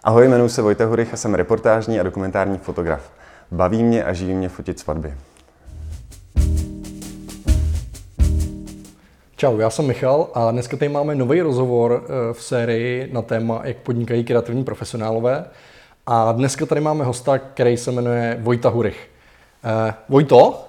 Ahoj, jmenuji se Vojta Hurich a jsem reportážní a dokumentární fotograf. Baví mě a živí mě fotit svatby. Čau, já jsem Michal a dneska tady máme nový rozhovor v sérii na téma, jak podnikají kreativní profesionálové. A dneska tady máme hosta, který se jmenuje Vojta Hurich. Vojto?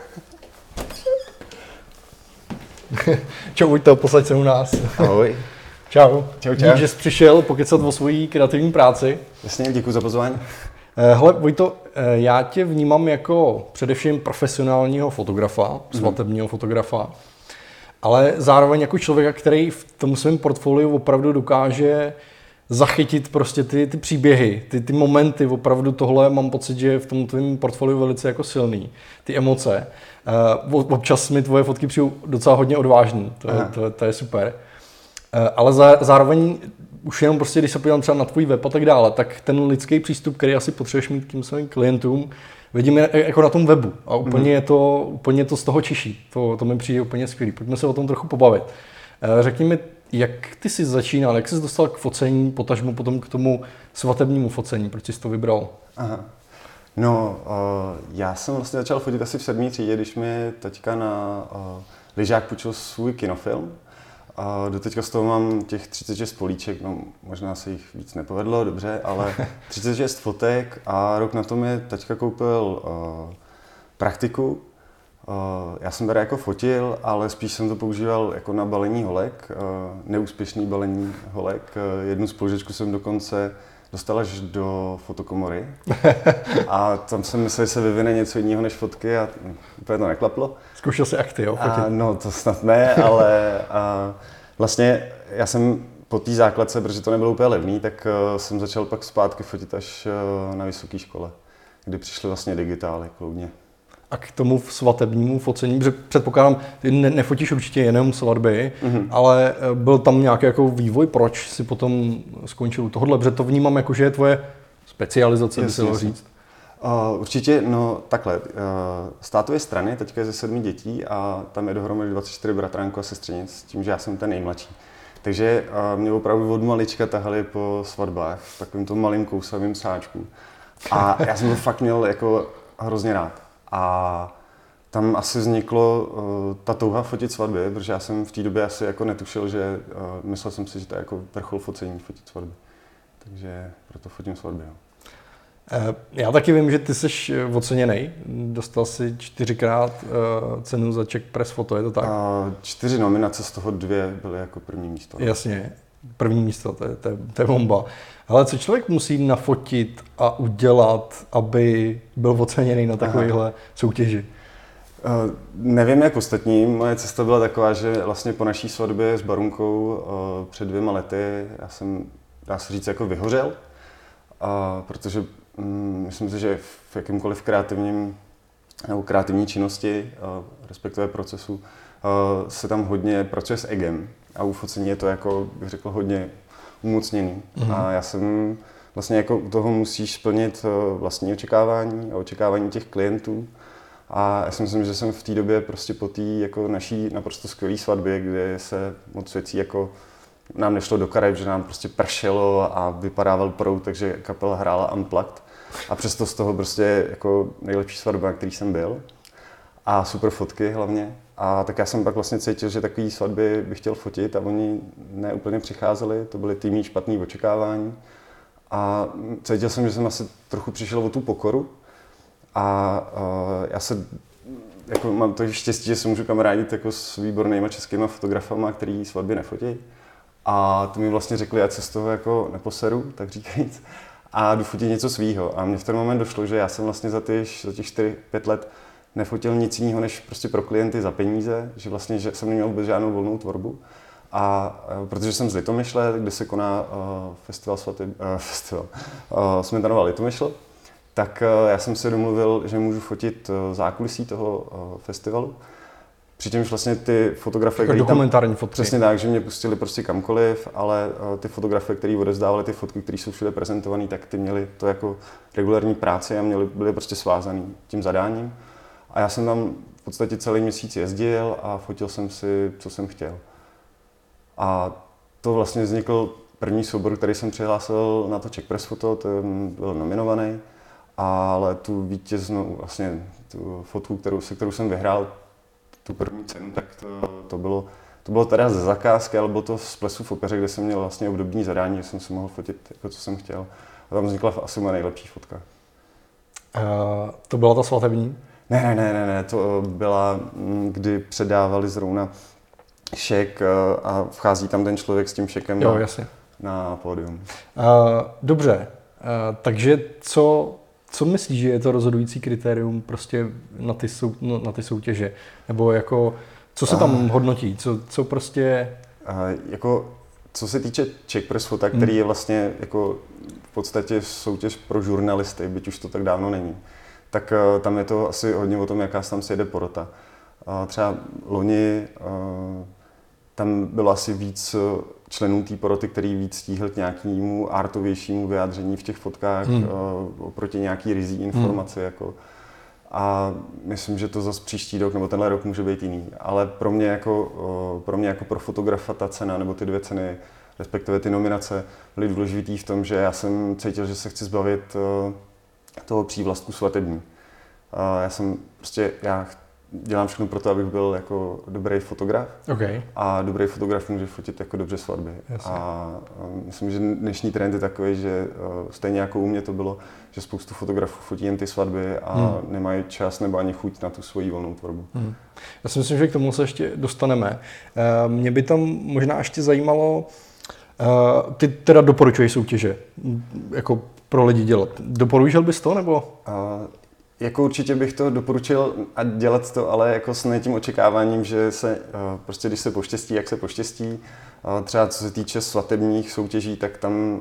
Čau Vojto, posaď se u nás. Ahoj. Čau. Čau. Dík, že jsi přišel pokecat o svojí kreativní práci. Jasně, děkuji za pozvání. Hele Vojto, já tě vnímám jako především profesionálního fotografa, svatebního fotografa, ale zároveň jako člověka, který v tom svém portfoliu opravdu dokáže zachytit prostě ty příběhy, ty momenty, opravdu tohle mám pocit, že je v tom tvém portfoliu velice jako silný, ty emoce. Občas mi tvoje fotky přijdou docela hodně odvážný, to je super. Ale zároveň už jenom prostě, když se podívám třeba na tvůj web a tak dále, tak ten lidský přístup, který asi potřebuješ mít k těm svým klientům, vidíme jako na tom webu a úplně to z toho čiší. To mi přijde úplně skvělý. Pojďme se o tom trochu pobavit. Řekni mi, jak ty jsi začínal, jak jsi dostal k focení, potažmo potom k tomu svatebnímu focení, proč jsi to vybral? Aha. No, já jsem vlastně začal fotit asi v 7. třídě, když mi taťka na lyžák půjčil svůj kinofilm. Doteďka z toho mám těch 36 políček, no možná se jich víc nepovedlo, dobře, ale 36 fotek a rok na to mi taťka koupil praktiku. Já jsem tady jako fotil, ale spíš jsem to používal jako na balení holek, neúspěšný balení holek. Jednu spolužečku jsem dokonce dostal až do fotokomory a tam jsem myslel, že se vyvine něco jiného než fotky a úplně to neklaplo. Zkoušel jsi akty, jo? Fotit. No to snad ne, ale vlastně já jsem po té základce, protože to nebylo úplně levný, tak jsem začal pak zpátky fotit až na vysoké škole, kdy přišly vlastně digitály kloudně. A k tomu svatebnímu focení, protože předpokládám, ty nefotíš určitě jenom svatby, ale byl tam nějaký jako vývoj, proč si potom skončil u tohohle, protože to vnímám jako, že je tvoje specializace, by se dalo říct. Určitě, no takhle, z tátově strany, teďka je ze 7 dětí a tam je dohromady 24 bratránků a sestřenic, s tím, že já jsem ten nejmladší. Takže mě opravdu od malička tahali po svatbách v takovým tom malým kousavým sáčku. A já jsem to fakt měl jako hrozně rád. A tam asi vzniklo ta touha fotit svatby, protože já jsem v té době asi jako netušil, že myslel jsem si, že to je jako vrchol focení fotit svatby. Takže proto fotím svatby. No. Já taky vím, že ty jsi oceněnej. Dostal jsi 4krát cenu za Czech Press Photo, je to tak? 4 nominace, z toho 2 byly jako první místo. Jasně, první místo, to je bomba. Ale co člověk musí nafotit a udělat, aby byl oceněný na takovéhle soutěži? Nevím jak ostatní, moje cesta byla taková, že vlastně po naší svatbě s Barunkou před 2 lety já jsem, dá se říct, jako vyhořel, protože myslím si, že v jakýmkoliv kreativní činnosti, respektive procesu, se tam hodně pracuje s egem a u focení je to jako, bych řekl, hodně umocněný. A já jsem vlastně jako u toho musíš splnit vlastní očekávání a očekávání těch klientů. A já si myslím, že jsem v té době prostě po té jako naší naprosto skvělé svatbě, kde se moc věcí jako nám nešlo do karet, že nám prostě pršelo a vypadával proud, takže kapela hrála unplugged. A přesto z toho prostě jako nejlepší svatba, na který jsem byl. A super fotky hlavně. A tak já jsem pak vlastně cítil, že takové svatby bych chtěl fotit a oni neúplně přicházeli, to byly ty mý špatné očekávání. A cítil jsem, že jsem asi trochu přišel o tu pokoru. A já se jako mám to štěstí, že se můžu kamarádit jako s výbornýma českýma fotografama, který svatby nefotí. A to mi vlastně řekli, ať se z toho jako neposeru, tak říkajíc, a jdu fotit něco svýho. A mně v ten moment došlo, že já jsem vlastně za těch 4-5 let nefotil nic jiného, než prostě pro klienty za peníze, že vlastně že jsem neměl vůbec žádnou volnou tvorbu. A protože jsem z Litomyšle, kde se koná festival Smetanova Litomyšl, tak já jsem si domluvil, že můžu fotit zákulisí toho festivalu. Přičemž vlastně ty fotografie, jako dokumentární fotky. Přesně tak, že mě pustili prostě kamkoliv, ale ty fotografie, které odevzdávali ty fotky, které jsou všude prezentované, tak ty měly to jako regulární práci a byly prostě svázaný tím zadáním. A já jsem tam v podstatě celý měsíc jezdil a fotil jsem si, co jsem chtěl. A to vlastně vznikl první soubor, který jsem přihlásil na to Czech Press Photo, ten byl nominovaný, ale tu vítěznou, vlastně tu fotku, kterou jsem vyhrál, tu první cenu, tak to bylo teda ze zakázky, ale bylo to z Plesu v opeře, kde jsem měl vlastně obdobný zadání, že jsem si mohl fotit, jako co jsem chtěl. A tam vznikla asi moje nejlepší fotka. To byla ta svatební? Ne, to byla, kdy předávali zrovna šek a vchází tam ten člověk s tím šekem na pódium. Dobře, takže co myslíš, že je to rozhodující kritérium prostě na ty soutěže? Nebo jako, co se tam hodnotí? Co prostě... Jako, co se týče Czech Press Photo, který je vlastně jako v podstatě soutěž pro žurnalisty, byť už to tak dávno není, tak tam je to asi hodně o tom, jaká se tam sjede porota. Třeba loni tam bylo asi víc členů té poroty, který víc stíhl k nějakému artovějšímu vyjádření v těch fotkách oproti nějaký rizí informaci. Jako. A myslím, že to zase příští rok nebo tenhle rok může být jiný. Ale pro mě jako pro fotografa ta cena nebo ty 2 ceny, respektive ty nominace, byly důležitý v tom, že já jsem cítil, že se chci zbavit toho přívlastku svatební. Já dělám všechno pro to, abych byl jako dobrý fotograf. Okay. A dobrý fotograf může fotit jako dobře svatby. Jasně. A myslím, že dnešní trend je takový, že stejně jako u mě to bylo, že spoustu fotografů fotí jen ty svatby a nemají čas nebo ani chuť na tu svoji volnou tvorbu. Já si myslím, že k tomu se ještě dostaneme. Mě by tam možná ještě zajímalo, ty teda doporučuješ soutěže jako pro lidi dělat. Doporučil bys to nebo? Jako určitě bych to doporučil a dělat to, ale jako s tím očekáváním, že se prostě když se poštěstí, jak se poštěstí. Třeba co se týče svatebních soutěží, tak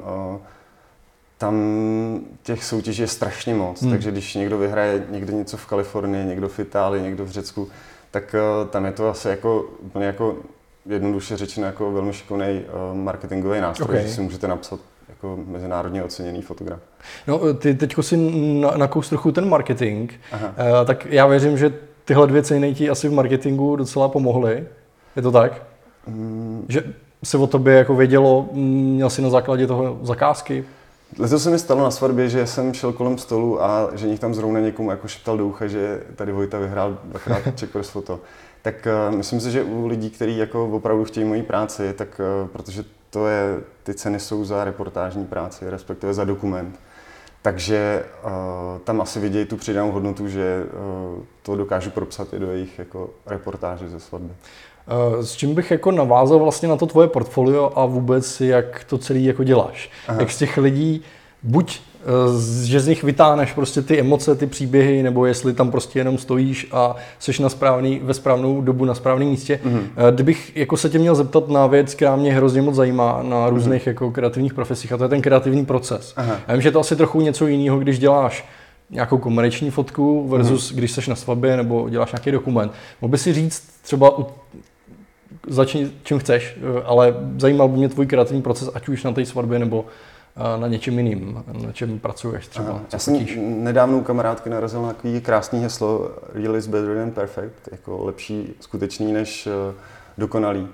tam těch soutěží je strašně moc. Takže když někdo vyhraje někde něco v Kalifornii, někdo v Itálii, někdo v Řecku, tak tam je to asi jako úplně jako jednoduše řečeno jako velmi šikovný marketingový nástroj, že si můžete napsat jako mezinárodně oceněný fotograf. No, ty teďko si nakous trochu ten marketing, tak já věřím, že tyhle 2 ceny ti asi v marketingu docela pomohly. Je to tak? Že se o tobě jako vědělo, měl jsi na základě toho zakázky? Letos se mi stalo na svatbě, že jsem šel kolem stolu a ženich tam zrovna někomu jako šeptal do ucha, že tady Vojta vyhrál 2krát Czech Press Photo. Tak myslím si, že u lidí, kteří jako opravdu chtějí moji práci, tak protože ty ceny jsou za reportážní práci, respektive za dokument. Takže tam asi vidějí tu přidanou hodnotu, že to dokážu propsat i do jejich jako reportáže ze svatby. S čím bych jako navázal vlastně na to tvoje portfolio a vůbec jak to celý jako děláš? Jak z těch lidí buď že z nich vytáhneš prostě ty emoce, ty příběhy, nebo jestli tam prostě jenom stojíš a seš ve správnou dobu na správném místě. Kdybych jako se tě měl zeptat na věc, která mě hrozně moc zajímá na různých jako kreativních profesích, a to je ten kreativní proces. Já vím, že je to asi trochu něco jiného, když děláš nějakou komerční fotku versus když seš na svatbě nebo děláš nějaký dokument. Mohl by si říct třeba začni čím chceš, ale zajímal by mě tvůj kreativní proces, ať už na té svatbě nebo na něčem jiným, na čem pracuješ třeba. Já jsem nedávno u kamarádky narazil na takový krásný heslo Real is better than perfect, jako lepší skutečný než dokonalý.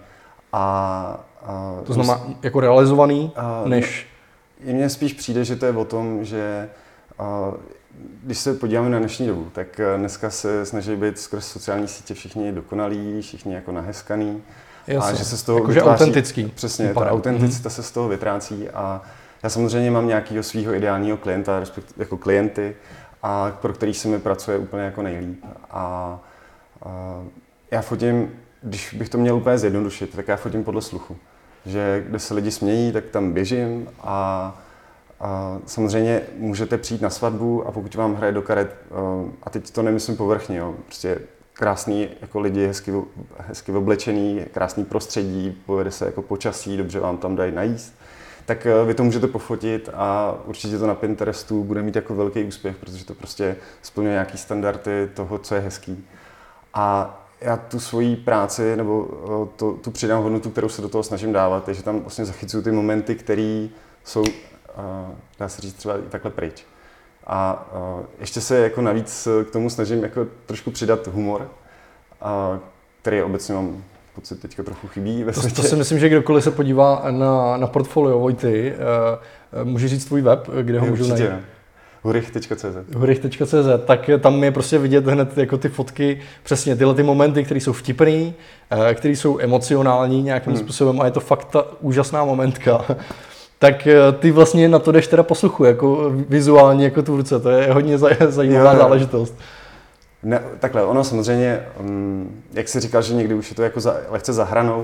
To znamená jako realizovaný než... Mně spíš přijde, že to je o tom, že když se podíváme na dnešní dobu, tak dneska se snaží být skrz sociální sítě všichni dokonalí, všichni jako naheskaný. Jasně. A že se z toho jako vytváří, autentický. Přesně, ta autenticita se z toho vytrácí a já samozřejmě mám nějakého svého ideálního klienta, respektive jako klienty, a pro který se mi pracuje úplně jako nejlíp. A já fotím, když bych to měl úplně zjednodušit, tak já fotím podle sluchu. Že kde se lidi smějí, tak tam běžím a samozřejmě můžete přijít na svatbu a pokud vám hraje do karet, a teď to nemyslím povrchně, jo, prostě krásný jako lidi, hezky oblečený, krásný prostředí, povede se jako počasí, dobře vám tam dají najíst, tak vy to můžete pofotit a určitě to na Pinterestu bude mít jako velký úspěch, protože to prostě splňuje nějaký standardy toho, co je hezký. A já tu svoji práci nebo tu přidanou hodnotu, kterou se do toho snažím dávat, je, že tam vlastně zachycuju ty momenty, které jsou, dá se říct, třeba i takhle pryč. A ještě se jako navíc k tomu snažím jako trošku přidat humor, který obecně mám pocit teďka trochu chybí ve To světě. si myslím, že kdokoliv se podívá na portfolio Vojty, může říct tvůj web, kde ho můžu najít. Hurich.cz Hurich.cz, tak tam je prostě vidět hned jako ty fotky, přesně tyhle ty momenty, které jsou vtipný, které jsou emocionální nějakým způsobem a je to fakt ta úžasná momentka. Tak ty vlastně na to jdeš teda posluchu, jako vizuálně jako tvůrce, to je hodně zajímavá záležitost. Ne, takhle, ono samozřejmě, jak jsi říkal, že někdy už je to jako lehce za hranou.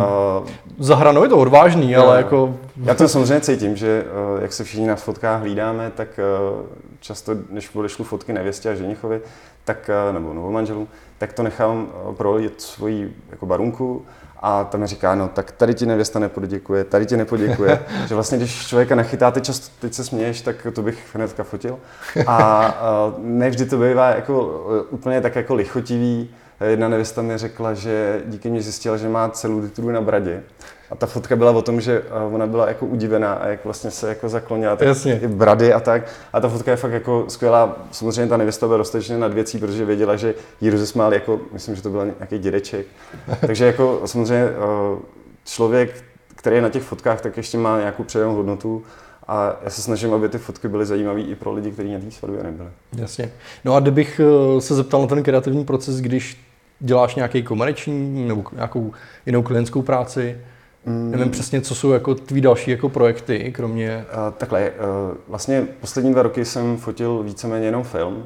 Za hranou je to odvážný, ale jako... Já to samozřejmě cítím, že jak se všichni na fotkách hlídáme, tak často, než odešlu fotky nevěstě a ženichovi, tak, nebo novomanželům, tak to nechám prolít svoji jako barunku a tam mi říká, no tak tady ti nevěsta nepoděkuje, tady ti nepoděkuje, že vlastně když člověka nachytáte často, teď se směješ, tak to bych hnedka fotil a nevždy to bývá jako úplně tak jako lichotivý. Jedna nevěsta mi řekla, že díky mě zjistila, že má celulitru na bradě. A ta fotka byla o tom, že ona byla jako udivená a jak vlastně se jako zaklonila, tak i brady a tak. A ta fotka je fakt jako skvělá. Samozřejmě ta nevěsta byla dostatečně nad věcí, protože věděla, že jí rozesmál jako, myslím, že to byl nějaký dědeček. Takže jako samozřejmě člověk, který je na těch fotkách, tak ještě má nějakou předanou hodnotu. A já se snažím, aby ty fotky byly zajímavé i pro lidi, kteří na té svatbě nebyli. Jasně. No a kdybych se zeptal na ten kreativní proces, když děláš nějaký komerční nebo nějakou jinou klientskou práci, nevím přesně, co jsou jako tvý další jako projekty, kromě... Takhle, vlastně poslední 2 roky jsem fotil víceméně jenom film,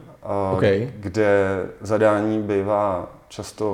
kde zadání bývá často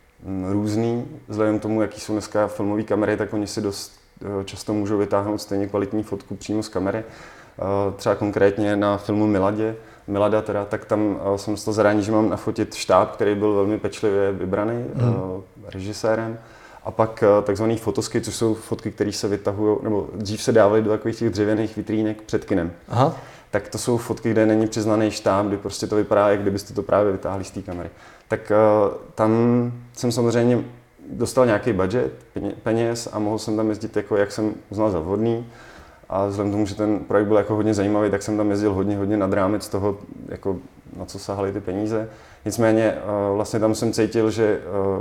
různý. Vzhledem k tomu, jaký jsou dneska filmové kamery, tak oni si dost často můžou vytáhnout stejně kvalitní fotku přímo z kamery. Třeba konkrétně na filmu Milada teda, tak tam jsem dostal zadání, že mám nafotit štáb, který byl velmi pečlivě vybraný režisérem. A pak takzvaný fotosky, což jsou fotky, které se vytahují, nebo dřív se dávaly do takových těch dřevěných vitrínek před kinem. Aha. Tak to jsou fotky, kde není přiznaný štáb, kdy prostě to vypadá, jak kdybyste to právě vytáhli z té kamery. Tak tam jsem samozřejmě dostal nějaký budget, peněz a mohl jsem tam jezdit, jako jak jsem uznal za vhodný. A vzhledem k tomu, že ten projekt byl jako hodně zajímavý, tak jsem tam jezdil hodně nad rámec toho, jako na co sahaly ty peníze. Nicméně vlastně tam jsem cítil, že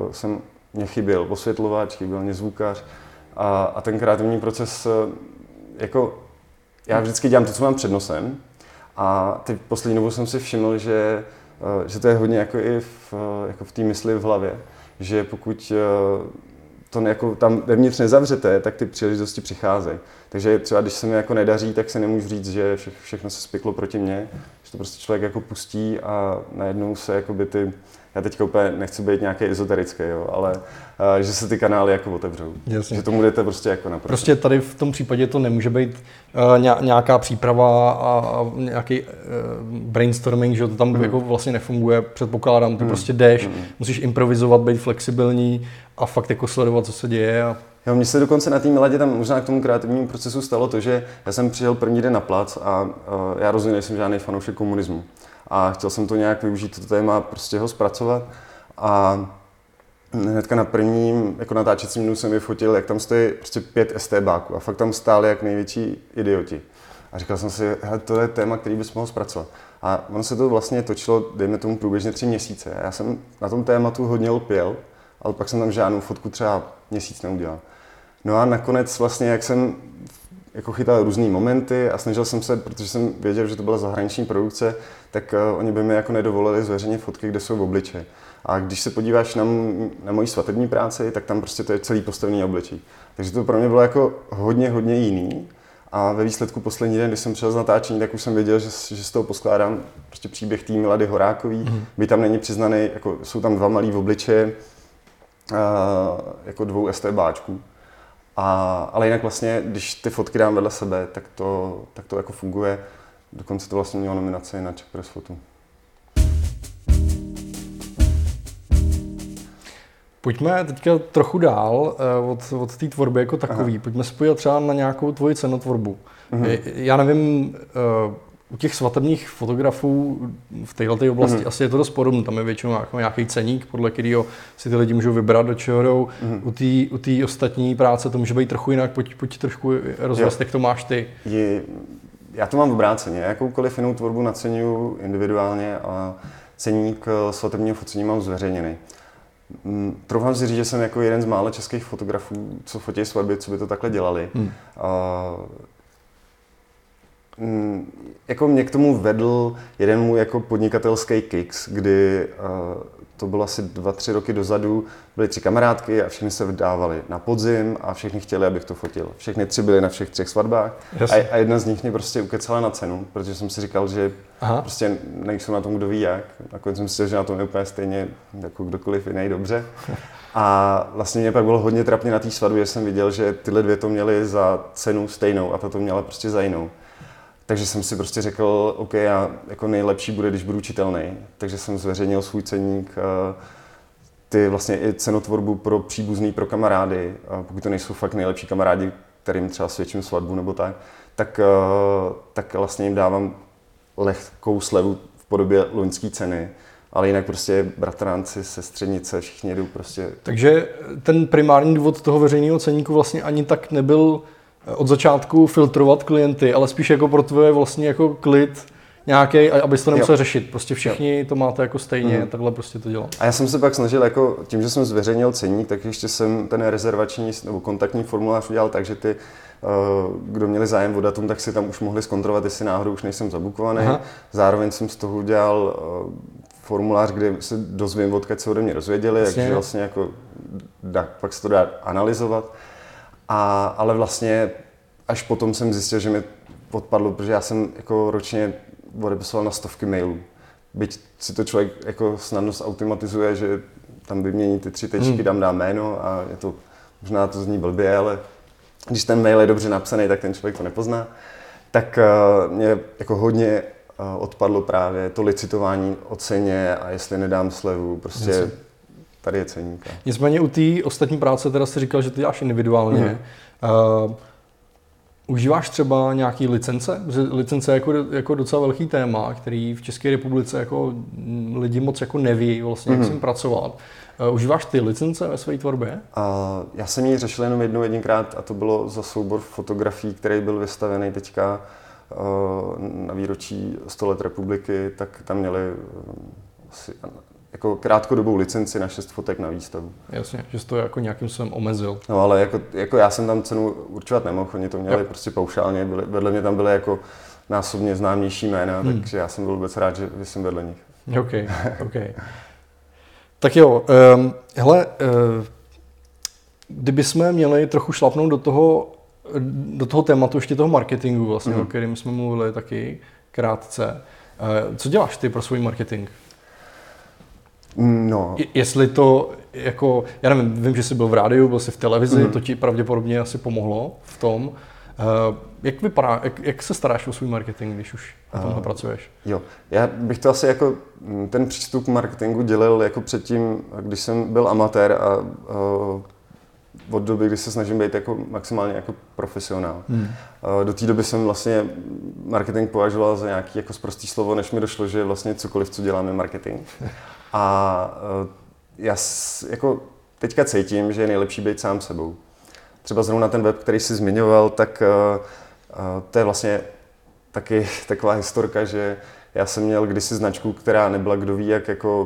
mě chyběl osvětlovač, chyběl mě zvukař a ten kreativní proces, jako já vždycky dělám to, co mám před nosem a teď poslední dobou jsem si všiml, že to je hodně jako i v té mysli v hlavě, že pokud to jako tam vevnitř nezavřete, tak ty příležitosti přicházejí. Takže třeba když se mi jako nedaří, tak se nemůžu říct, že všechno se spiklo proti mně, že to prostě člověk jako pustí a najednou se jakoby já teďka úplně nechci být nějaký ezoterický, jo, ale že se ty kanály jako otevřou. Jasně. Že tomu jdete prostě jako naprosto. Prostě tady v tom případě to nemůže být nějaká příprava a nějaký brainstorming, že to tam jako vlastně nefunguje, předpokládám, ty prostě jdeš, musíš improvizovat, být flexibilní a fakt jako sledovat, co se děje. Jo, mně se dokonce na té Miladě tam možná k tomu kreativnímu procesu stalo to, že já jsem přijel první den na plac a já rozhodně nejsem žádný fanoušek komunismu. A chtěl jsem to nějak využít, to téma, prostě ho zpracovat. A hnedka na prvním jako natáčecím dnu jsem vyfotil, jak tam stojí prostě 5 STBáků a fakt tam stáli jak největší idioti. A říkal jsem si, hele, to je téma, který bys mohl zpracovat. A ono se to vlastně točilo, dejme tomu, průběžně 3 měsíce. Já jsem na tom tématu hodně lpěl, ale pak jsem tam žádnou fotku třeba měsíc neudělal. No a nakonec vlastně, jak jsem jako chytal různý momenty a snažil jsem se, protože jsem věděl, že to byla zahraniční produkce, tak oni by mi jako nedovolili zveřejnit fotky, kde jsou v obličeji. A když se podíváš na moji svatební práci, tak tam prostě to je celý postavený obličej. Takže to pro mě bylo jako hodně jiný. A ve výsledku poslední den, když jsem přišel z natáčení, tak už jsem věděl, že z toho poskládám prostě příběh té Milady Horákový. Byť tam není přiznaný, jako jsou tam 2 malý v obličeji, jako 2 STBáčků. Ale jinak vlastně, když ty fotky dám vedle sebe, tak to jako funguje. Dokonce to vlastně mělo nominaci na Czech Press Photo. Pojďme teďka trochu dál od té tvorby jako takový. Aha. Pojďme se podívat třeba na nějakou tvoji cenotvorbu. Já nevím, u těch svatebních fotografů v této oblasti asi je to dost podobné. Tam je většinou nějaký ceník, podle kterého si ty lidi můžou vybrat, do čeho jdou. U té ostatní práce to může být trochu jinak. Pojď trošku rozvést, jak to máš ty. Já to mám obráceně. Jakoukoliv jinou tvorbu naceňuju individuálně a ceník svatebního focení mám zveřejněný. Troufám si říct, že jsem jako jeden z mála českých fotografů, co fotí svatby, co by to takhle dělali. Jako mě k tomu vedl jeden můj jako podnikatelský kicks, kdy to bylo asi 2-3 roky dozadu, byly 3 kamarádky a všechny se vydávali na podzim a všichni chtěli, abych to fotil. Všechny 3 byly na všech 3 svatbách a jedna z nich mě prostě ukecala na cenu, protože jsem si říkal, že prostě nejsou na tom kdo ví jak. Nakonec jsem si říkal, že na tom je úplně stejně jako kdokoliv jiný dobře. A vlastně mě pak bylo hodně trapně na té svatbě, že jsem viděl, že tyhle 2 to měly za cenu stejnou a ta to měla prostě za jinou. Takže jsem si prostě řekl, OK, já jako nejlepší bude, když budu čitelný. Takže jsem zveřejnil svůj ceník, ty vlastně i cenotvorbu pro příbuzný, pro kamarády, pokud to nejsou fakt nejlepší kamarádi, kterým třeba svědčím svatbu nebo tak vlastně jim dávám lehkou slevu v podobě loňské ceny. Ale jinak prostě bratránci, sestřenice, všichni jdou prostě... Takže ten primární důvod toho veřejného ceníku vlastně ani tak nebyl od začátku filtrovat klienty, ale spíš jako pro tvoje vlastně jako klid nějaký, abys to nemusel řešit. Prostě všichni to máte jako stejně, takhle prostě to dělám. A já jsem se pak snažil, jako tím, že jsem zveřejnil ceník, tak ještě jsem ten rezervační nebo kontaktní formulář udělal tak, že ty, kdo měli zájem o datum, tak si tam už mohli zkontrolovat, jestli náhodou už nejsem zabukovaný. Zároveň jsem z toho udělal formulář, kde se dozvím, odkud se ode mě dozvěděli, takže vlastně jako pak se to dá analyzovat. Ale vlastně až potom jsem zjistil, že mi odpadlo, protože já jsem jako ročně odepisoval na stovky mailů. Byť si to člověk jako snadno zautomatizuje, že tam vymění ty 3 tečky, dá jméno a je to, možná to zní blbě, ale když ten mail je dobře napsaný, tak ten člověk to nepozná. Tak mě jako hodně odpadlo právě to licitování o ceně a jestli nedám slevu, prostě tady je ceník. Nicméně u té ostatní práce teda jsi říkal, že ty děláš individuálně. Užíváš třeba nějaký licence? Licence je jako docela velký téma, který v České republice jako lidi moc jako neví vlastně, jak s ním pracovat. Užíváš ty licence ve své tvorbě? Já jsem ji řešil jenom jedinkrát a to bylo za soubor fotografií, který byl vystavený teďka na výročí 100 let republiky, tak tam měli asi jako krátkodobou licenci na 6 fotek na výstavu. Jasně, že jsi to jako nějakým způsobem omezil. No ale jako já jsem tam cenu určovat nemohl, oni to měli prostě paušálně, vedle mě tam byly jako násobně známější jména, takže já jsem byl vůbec rád, že jsem vedle nich. OK. Tak jo, kdybychom měli trochu šlapnout do toho tématu ještě toho marketingu vlastně, o kterém jsme mluvili taky krátce. Co děláš ty pro svůj marketing? No. Jestli to jako, já nevím, vím, že jsi byl v rádiu, byl jsi v televizi, to ti pravděpodobně asi pomohlo v tom. Jak vypadá, jak se staráš o svůj marketing, když už na tomhle pracuješ? Jo, já bych to asi jako ten přístup k marketingu dělil jako předtím, když jsem byl amatér a od doby, kdy se snažím být jako maximálně jako profesionál. Do té doby jsem vlastně marketing považoval za nějaký jako sprostý slovo, než mi došlo, že vlastně cokoliv, co dělám, je marketing. A já jako teďka cítím, že je nejlepší být sám sebou. Třeba zrovna ten web, který jsi zmiňoval, tak to je vlastně taky taková historka, že já jsem měl kdysi značku, která nebyla kdo ví jak jako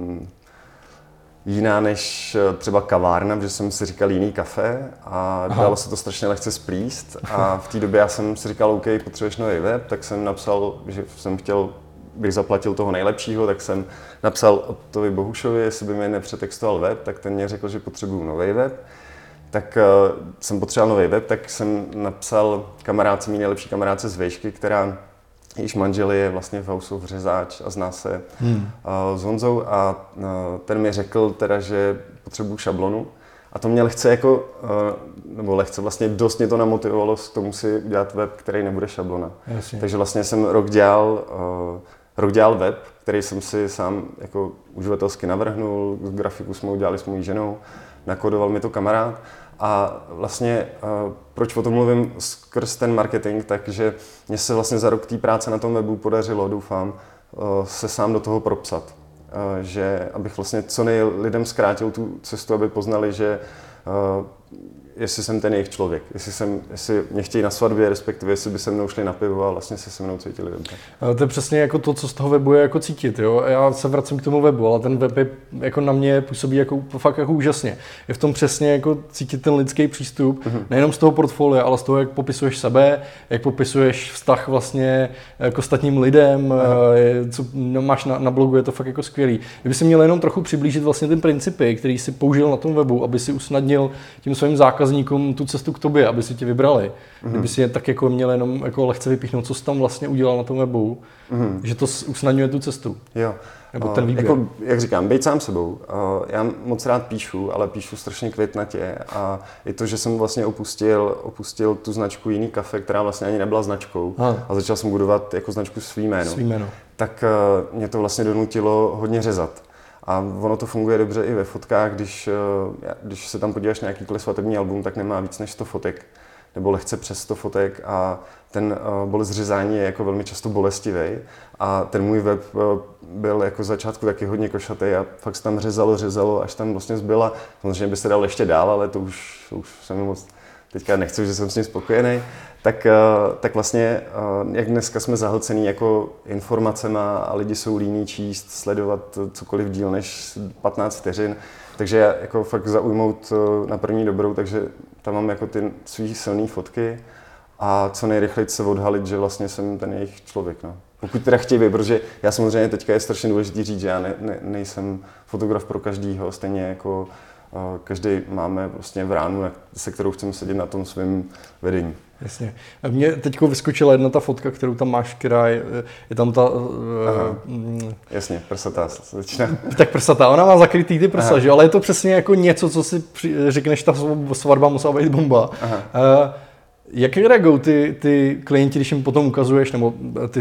jiná než třeba kavárna, protože jsem si říkal jiný kafe a dalo se to strašně lehce splíst a v té době já jsem si říkal, OK, potřebuješ nový web, tak jsem napsal, že jsem chtěl, bych zaplatil toho nejlepšího, tak jsem napsal Ottovi Bohušovi, jestli by mi nepřetextoval web, tak ten mě řekl, že potřebuju nový web. Tak jsem potřeboval nový web, tak jsem napsal kamarádce, mý nejlepší kamarádce z Vejšky, která jejíž manžel je vlastně v Hausu řezáč a zná se s Honzou a ten mi řekl teda, že potřebuju šablonu a to mě lehce jako, nebo lehce vlastně dost mě to namotivovalo k tomu si udělat web, který nebude šablona. Jasně. Takže vlastně jsem rok dělal web, který jsem si sám jako uživatelsky navrhnul, grafiku jsme udělali s mojí ženou, nakodoval mi to kamarád. A vlastně, proč o tom mluvím skrz ten marketing, takže mně se vlastně za rok té práce na tom webu podařilo, doufám, se sám do toho propsat. Že abych vlastně co lidem zkrátil tu cestu, aby poznali, že jestli jsem ten jejich člověk, jestli mě chtějí na svatbě, respektive jestli by se mnou šli na pivo a vlastně se mnou cítili dobře. To je přesně jako to, co z toho webu je jako cítit, jo. Já se vracím k tomu webu, ale ten web je, jako na mě působí jako, fakt jako úžasně. Je v tom přesně jako cítit ten lidský přístup, nejenom z toho portfolia, ale z toho, jak popisuješ sebe, jak popisuješ vztah vlastně k ostatním lidem, co máš na blogu, je to fakt jako skvělý. Kdyby si měl jenom trochu přiblížit vlastně ty principy, který si použil na tom webu, aby si usnadnil tím svým zákazníkům tu cestu k tobě, aby si tě vybrali. Kdyby si je tak jako měl jenom jako lehce vypíchnout, co jsi tam vlastně udělal na tom webu, že to usnadňuje tu cestu. Jo. Nebo ten výběr. Jako, jak říkám, bejt sám sebou. Já moc rád píšu, ale píšu strašně květnatě a i to, že jsem vlastně opustil tu značku Jiný kafe, která vlastně ani nebyla značkou a začal jsem budovat jako značku svý jméno. Tak mě to vlastně donutilo hodně řezat. A ono to funguje dobře i ve fotkách, když se tam podíváš na jakýkoliv svatební album, tak nemá víc než 100 fotek, nebo lehce přes 100 fotek a ten bolest řezání je jako velmi často bolestivý. A ten můj web byl jako začátku taky hodně košatý a fakt se tam řezalo, až tam vlastně zbyla. Samozřejmě by se dal ještě dál, ale to už jsem moc teďka nechci, že jsem s ním spokojený. Tak vlastně, jak dneska jsme zahlcený jako informacema a lidi jsou líní číst, sledovat cokoliv díl než 15 vteřin, takže jako fakt zaujmout na první dobrou, takže tam mám jako ty svý silné fotky a co nejrychleji se odhalit, že vlastně jsem ten jejich člověk. No. Pokud teda chtějí, protože já samozřejmě teďka je strašně důležité říct, že já nejsem fotograf pro každýho, stejně jako každý máme vlastně vránu, se kterou chceme sedět na tom svém vedení. Jasně. Mně teďko vyskočila jedna ta fotka, kterou tam máš, která je tam ta... Jasně, prsatá slečna. Tak prsatá, ona má zakrytý ty prsa, že? Ale je to přesně jako něco, co si řekneš, ta svatba musela být bomba. Jak reagují ty klienti, když jim potom ukazuješ, nebo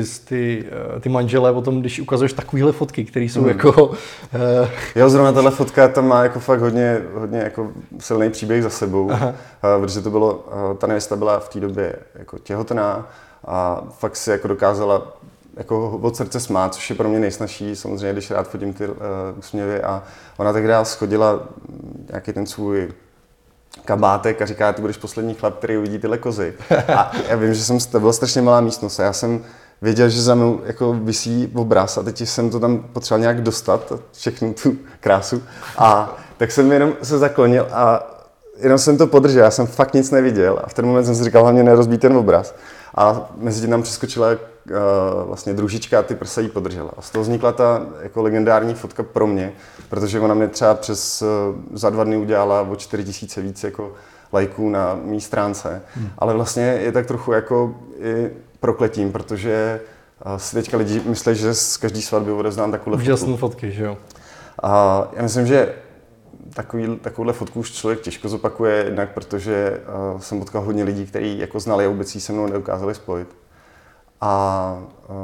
ty manželé potom, když ukazuješ takovéhle fotky, které jsou jako... Jo, zrovna tahle fotka tam má jako fakt hodně jako silný příběh za sebou, protože to bylo, ta nevěsta byla v té době jako těhotná a fakt si jako dokázala jako od srdce smát, což je pro mě nejsnažší, samozřejmě, když rád fotím ty úsměvy a ona tehdy schodila nějaký ten svůj kabátek a říká, ty budeš poslední chlap, který uvidí tyhle kozy. A já vím, že to byla strašně malá místnost a já jsem věděl, že za mnou jako visí obraz a teď jsem to tam potřeboval nějak dostat, všechnu tu krásu. A tak jsem jenom se zaklonil a jenom jsem to podržel, já jsem fakt nic neviděl a v ten moment jsem si říkal, hlavně nerozbít ten obraz. A mezi tím tam přeskočila vlastně družička a ty prsa jí podržela. A z toho vznikla ta jako legendární fotka pro mě, protože ona mě třeba za 2 dny udělala o 4000 víc jako lajků na mý stránce. Ale vlastně je tak trochu jako i prokletím, protože si teďka lidi myslí, že z každý svatby odezdám takovouhle fotku. Úžasné fotky, že jo? A já myslím, že takovouhle fotku už člověk těžko zopakuje, jednak protože jsem potkal hodně lidí, kteří jako znali a vůbec se mnou nedokázali spojit. A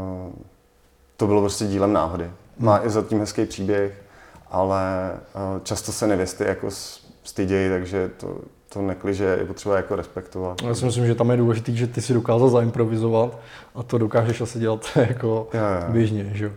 to bylo prostě dílem náhody. Má i za tím hezký příběh, ale často se nevěsty jako stydějí, takže to nekliže je potřeba jako respektovat. Já si myslím, že tam je důležité, že ty si dokázal zaimprovizovat a to dokážeš asi dělat jako běžně, že jo.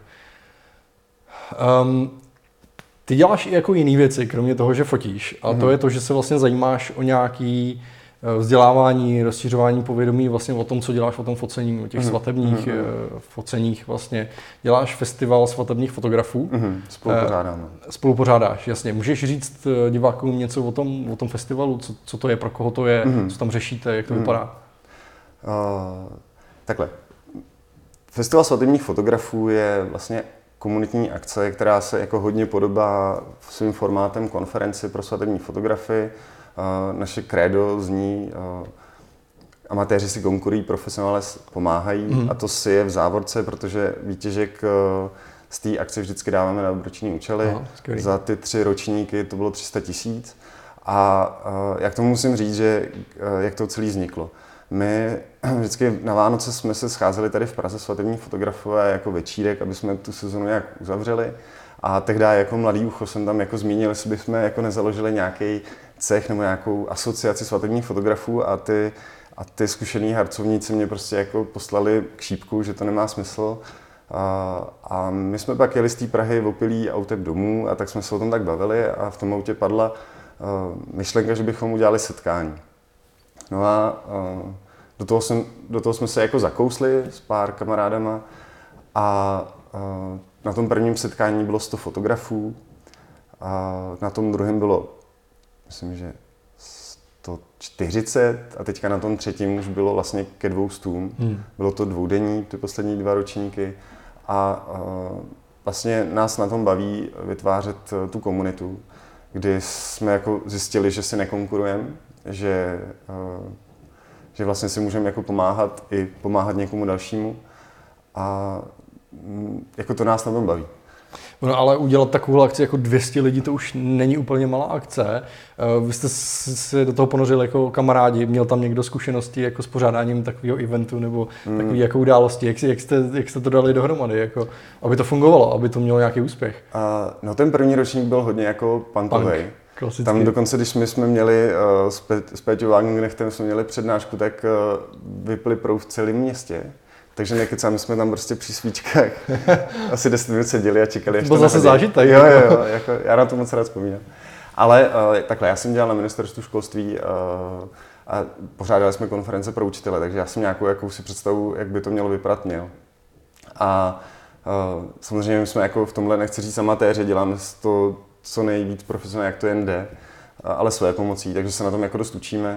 Ty děláš i jako jiné věci, kromě toho, že fotíš. A to je to, že se vlastně zajímáš o nějaký vzdělávání, rozšiřování povědomí vlastně o tom, co děláš o tom focení, o těch svatebních foceních vlastně. Děláš festival svatebních fotografů. Spolupořádáš, jasně. Můžeš říct divákům něco o tom festivalu, co to je, pro koho to je, co tam řešíte, jak to vypadá? Takhle. Festival svatebních fotografů je vlastně komunitní akce, která se jako hodně podobá svým formátem konferenci pro svatební fotografy. Naše krédo zní, amatéři si konkurují, profesionálé pomáhají a to si je v závorce, protože výtěžek z té akce vždycky dáváme na dobročinné účely. Za ty 3 ročníky to bylo 300 000 a jak tomu musím říct, že jak to celé vzniklo. My vždycky na Vánoce jsme se scházeli tady v Praze svatební fotografové jako večírek, aby jsme tu sezonu nějak uzavřeli. A tehdy jako mladý ucho jsem tam jako zmínil, jestli bychom jako nezaložili nějaký cech nebo nějakou asociaci svatebních fotografů a ty zkušený harcovníci mě prostě jako poslali k šípku, že to nemá smysl. A my jsme pak jeli z té Prahy opilí autem domů a tak jsme se o tom tak bavili a v tom autě padla myšlenka, že bychom udělali setkání. No a do toho jsme se jako zakousli s pár kamarádama a na tom prvním setkání bylo 100 fotografů a na tom druhém bylo, myslím, že 140 a teďka na tom třetím už bylo vlastně ke 200. Bylo to dvoudenní, ty poslední 2 ročníky a vlastně nás na tom baví vytvářet tu komunitu, kdy jsme jako zjistili, že si nekonkurujeme, že vlastně si můžeme jako pomáhat i pomáhat někomu dalšímu a jako to nás na tom baví. No ale udělat takovou akci jako 200 lidí, to už není úplně malá akce. Vy jste se do toho ponořili jako kamarádi, měl tam někdo zkušenosti jako s pořádáním takového eventu nebo takové jako události, jak jste to dali dohromady, jako, aby to fungovalo, aby to mělo nějaký úspěch? No ten první ročník byl hodně jako punkovej. Klasický. Tam dokonce, když my jsme měli s Péťou Wagenknechtem jsme měli přednášku, tak vypli proud v celém městě. Takže nekecáme, jsme tam prostě při svíčkách asi 10 minut seděli a čekali, až to byl zase zážitek. Jo, jako, já na to moc rád vzpomínám. Ale takhle, já jsem dělal na ministerstvu školství a pořádali jsme konference pro učitele, takže já jsem nějakou jakousi představu, jak by to mělo vypadat měl. A samozřejmě my jsme jako v tomhle, nechci říct amatéři, děláme to co nejvíc profesionálně, jak to jen jde, ale své pomocí, takže se na tom jako dost učíme.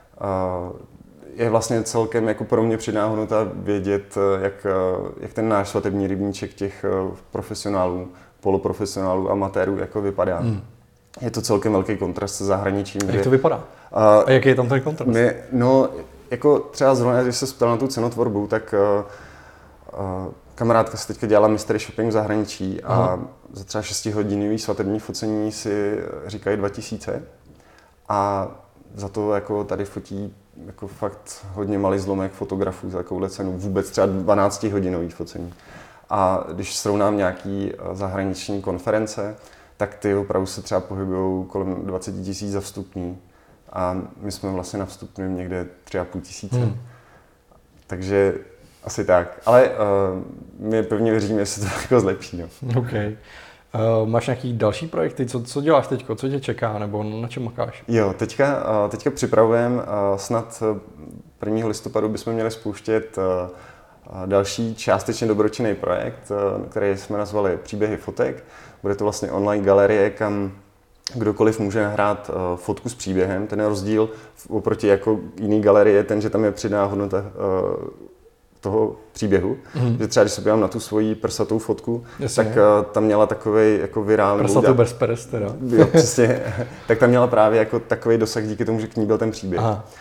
Je vlastně celkem jako pro mě přidaná hodnota vědět, jak ten náš svatební rybníček těch profesionálů, poloprofesionálů, amatérů jako vypadá. Je to celkem velký kontrast se zahraničím. Jak to vypadá? A jaký je tam ten kontrast? No, jako třeba zrovna, když se ptal na tu cenotvorbu, tak kamarádka se teďka dělala mystery shopping v zahraničí a za třeba 6hodinový svatební focení si říkají 2000 a za to jako tady fotí jako fakt hodně malý zlomek fotografů za takovouhle cenu, vůbec třeba 12hodinový focení. A když srovnám nějaký zahraniční konference, tak ty opravdu se třeba pohybují kolem 20 000 za vstupní a my jsme vlastně na vstupním někde 3500. Takže asi tak. Ale my pevně věříme, že se to jako zlepší. No. Okay. Máš nějaký další projekty? Co děláš teď? Co tě čeká? Nebo na čem makáš? Jo, teďka připravujeme, snad 1. listopadu bychom měli spouštět další částečně dobročinný projekt, který jsme nazvali Příběhy fotek. Bude to vlastně online galerie, kam kdokoliv může nahrát fotku s příběhem. Ten rozdíl oproti jako jiný galerie je ten, že tam je přidaná hodnota toho příběhu. Že třeba, když se podívám na tu svoji prsatou fotku, jasně, tak tam měla takový jako virální... Prsatou bez pers teda. Jo, přesně. Tak tam měla právě jako takový dosah díky tomu, že k ní byl ten příběh.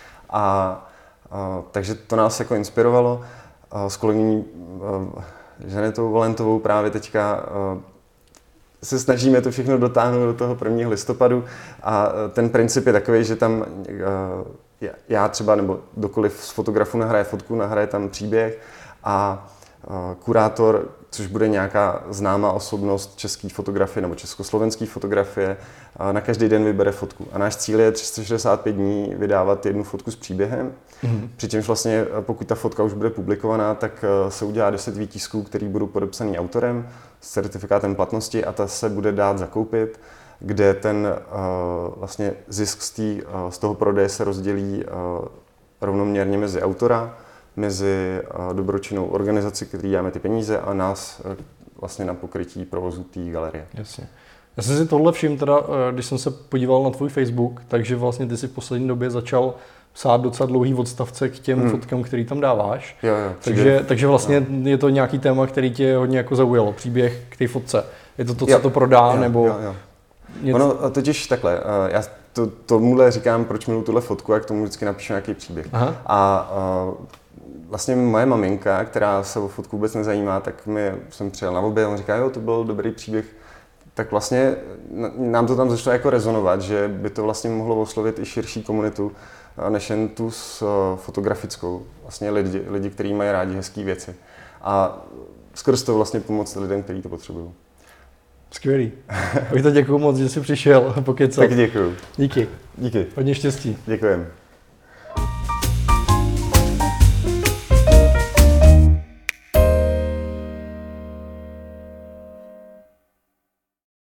Takže to nás jako inspirovalo. S kolegyní Žanetou Valentovou právě teďka se snažíme to všechno dotáhnout do toho 1. listopadu a ten princip je takový, že tam já třeba nebo kdokoliv z fotografů nahraje fotku, nahraje tam příběh a kurátor, což bude nějaká známá osobnost české fotografie nebo československé fotografie, na každý den vybere fotku. A náš cíl je 365 dní vydávat jednu fotku s příběhem. Přičemž vlastně, pokud ta fotka už bude publikovaná, tak se udělá 10 výtisků, které budou podepsaný autorem s certifikátem platnosti a ta se bude dát zakoupit, kde ten vlastně zisk z toho prodeje se rozdělí rovnoměrně mezi autora, mezi dobročinnou organizaci, který dáme ty peníze a nás vlastně na pokrytí provozu té galerie. Jasně. Já jsem si tohle všiml teda, když jsem se podíval na tvůj Facebook, takže vlastně ty si v poslední době začal psát docela dlouhý odstavce k těm fotkám, který tam dáváš. Jo, takže vlastně je to nějaký téma, který tě hodně jako zaujalo, příběh k té fotce. Je to to, co to prodá, nebo... Jo. Ono totiž takhle, já tomuhle říkám, proč miluji tuhle fotku, jak tomu vždycky napíšu nějaký příběh. A vlastně moje maminka, která se o fotku vůbec nezajímá, tak jsem přijel na oběd a on říká, jo, to byl dobrý příběh. Tak vlastně nám to tam začalo jako rezonovat, že by to vlastně mohlo oslovit i širší komunitu, než jen tu fotografickou. Vlastně lidi, kteří mají rádi hezké věci. A skrz to vlastně pomoct lidem, kteří to potřebují. Skvělý. Děkuji moc, že jsi přišel pokecat. Tak děkuju. Díky. Díky. Hodně štěstí. Děkujeme.